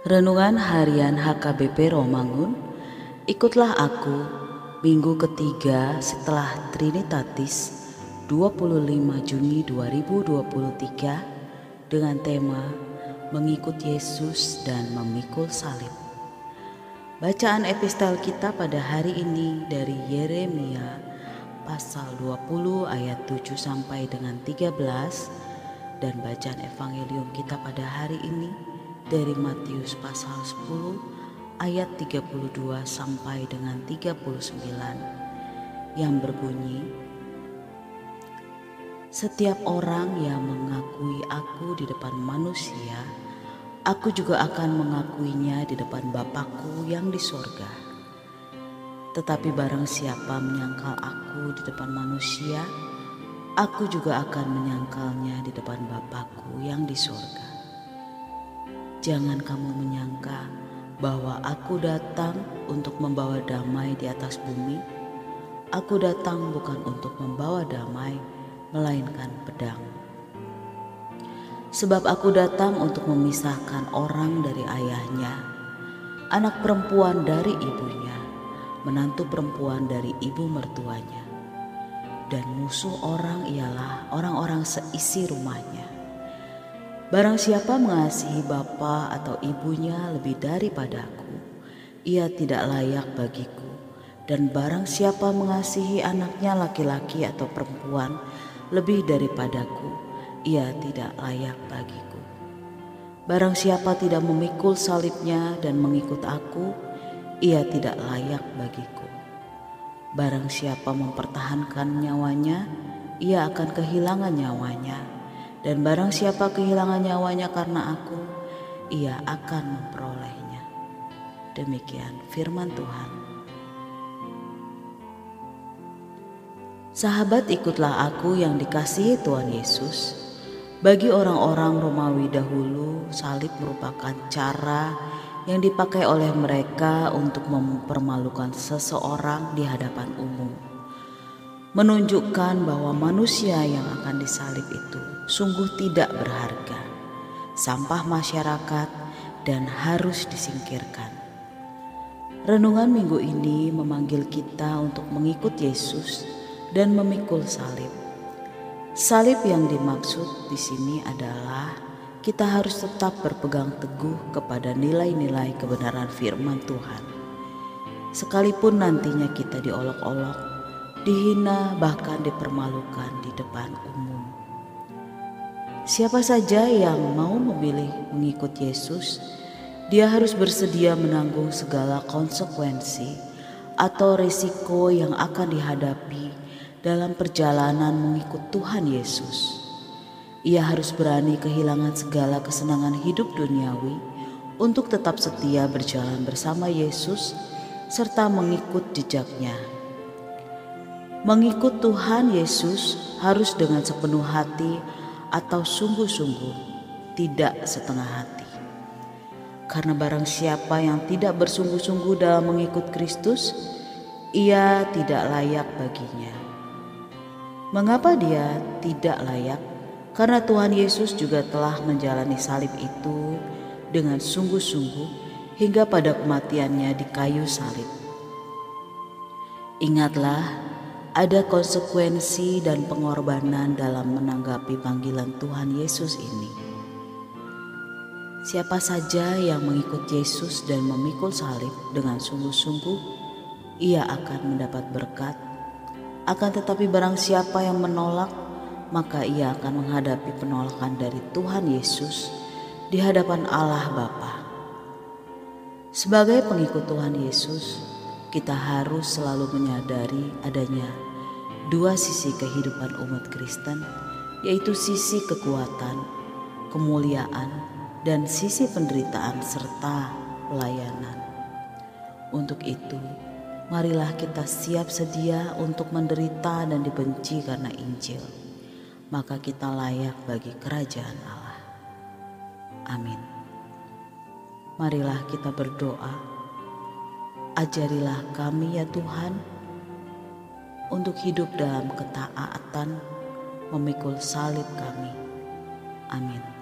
Renungan Harian HKBP Romangun. Ikutlah aku, minggu ketiga setelah Trinitatis 25 Juni 2023 dengan tema Mengikut Yesus dan Memikul Salib. Bacaan epistel kita pada hari ini dari Yeremia pasal 20 ayat 7 sampai dengan 13 dan bacaan evangelium kita pada hari ini dari Matius pasal 10 ayat 32 sampai dengan 39 yang berbunyi, "Setiap orang yang mengakui aku di depan manusia, aku juga akan mengakuinya di depan Bapa-Ku yang di sorga. Tetapi barang siapa menyangkal aku di depan manusia, aku juga akan menyangkalnya di depan Bapa-Ku yang di sorga. Jangan kamu menyangka bahwa aku datang untuk membawa damai di atas bumi. Aku datang bukan untuk membawa damai, melainkan pedang. Sebab aku datang untuk memisahkan orang dari ayahnya, anak perempuan dari ibunya, menantu perempuan dari ibu mertuanya. Dan musuh orang ialah orang-orang seisi rumahnya. Barang siapa mengasihi bapa atau ibunya lebih daripadaku, ia tidak layak bagiku. Dan barang siapa mengasihi anaknya laki-laki atau perempuan lebih daripadaku, ia tidak layak bagiku. Barang siapa tidak memikul salibnya dan mengikut aku, ia tidak layak bagiku. Barang siapa mempertahankan nyawanya, ia akan kehilangan nyawanya. Dan barang siapa kehilangan nyawanya karena aku, ia akan memperolehnya." Demikian firman Tuhan. Sahabat, ikutlah aku yang dikasihi Tuhan Yesus. Bagi orang-orang Romawi dahulu, salib merupakan cara yang dipakai oleh mereka untuk mempermalukan seseorang di hadapan umum, menunjukkan bahwa manusia yang akan disalib itu sungguh tidak berharga, sampah masyarakat, dan harus disingkirkan. Renungan minggu ini memanggil kita untuk mengikut Yesus dan memikul salib. Salib yang dimaksud di sini adalah kita harus tetap berpegang teguh kepada nilai-nilai kebenaran firman Tuhan. Sekalipun nantinya kita diolok-olok, dihina, bahkan dipermalukan di depan umum. Siapa saja yang mau memilih mengikut Yesus, dia harus bersedia menanggung segala konsekuensi atau risiko yang akan dihadapi dalam perjalanan mengikut Tuhan Yesus. Ia harus berani kehilangan segala kesenangan hidup duniawi untuk tetap setia berjalan bersama Yesus serta mengikut jejaknya. Mengikut Tuhan Yesus harus dengan sepenuh hati atau sungguh-sungguh, tidak setengah hati. Karena barang siapa yang tidak bersungguh-sungguh dalam mengikut Kristus, ia tidak layak baginya. Mengapa dia tidak layak? Karena Tuhan Yesus juga telah menjalani salib itu dengan sungguh-sungguh hingga pada kematiannya di kayu salib. Ingatlah, ada konsekuensi dan pengorbanan dalam menanggapi panggilan Tuhan Yesus ini. Siapa saja yang mengikut Yesus dan memikul salib dengan sungguh-sungguh, ia akan mendapat berkat. Akan tetapi barang siapa yang menolak, maka ia akan menghadapi penolakan dari Tuhan Yesus di hadapan Allah Bapa. Sebagai pengikut Tuhan Yesus, kita harus selalu menyadari adanya dua sisi kehidupan umat Kristen, yaitu sisi kekuatan, kemuliaan, dan sisi penderitaan serta pelayanan. Untuk itu, marilah kita siap sedia untuk menderita dan dibenci karena Injil, maka kita layak bagi kerajaan Allah. Amin. Marilah kita berdoa. Ajarilah kami ya Tuhan, untuk hidup dalam ketaatan memikul salib kami. Amin.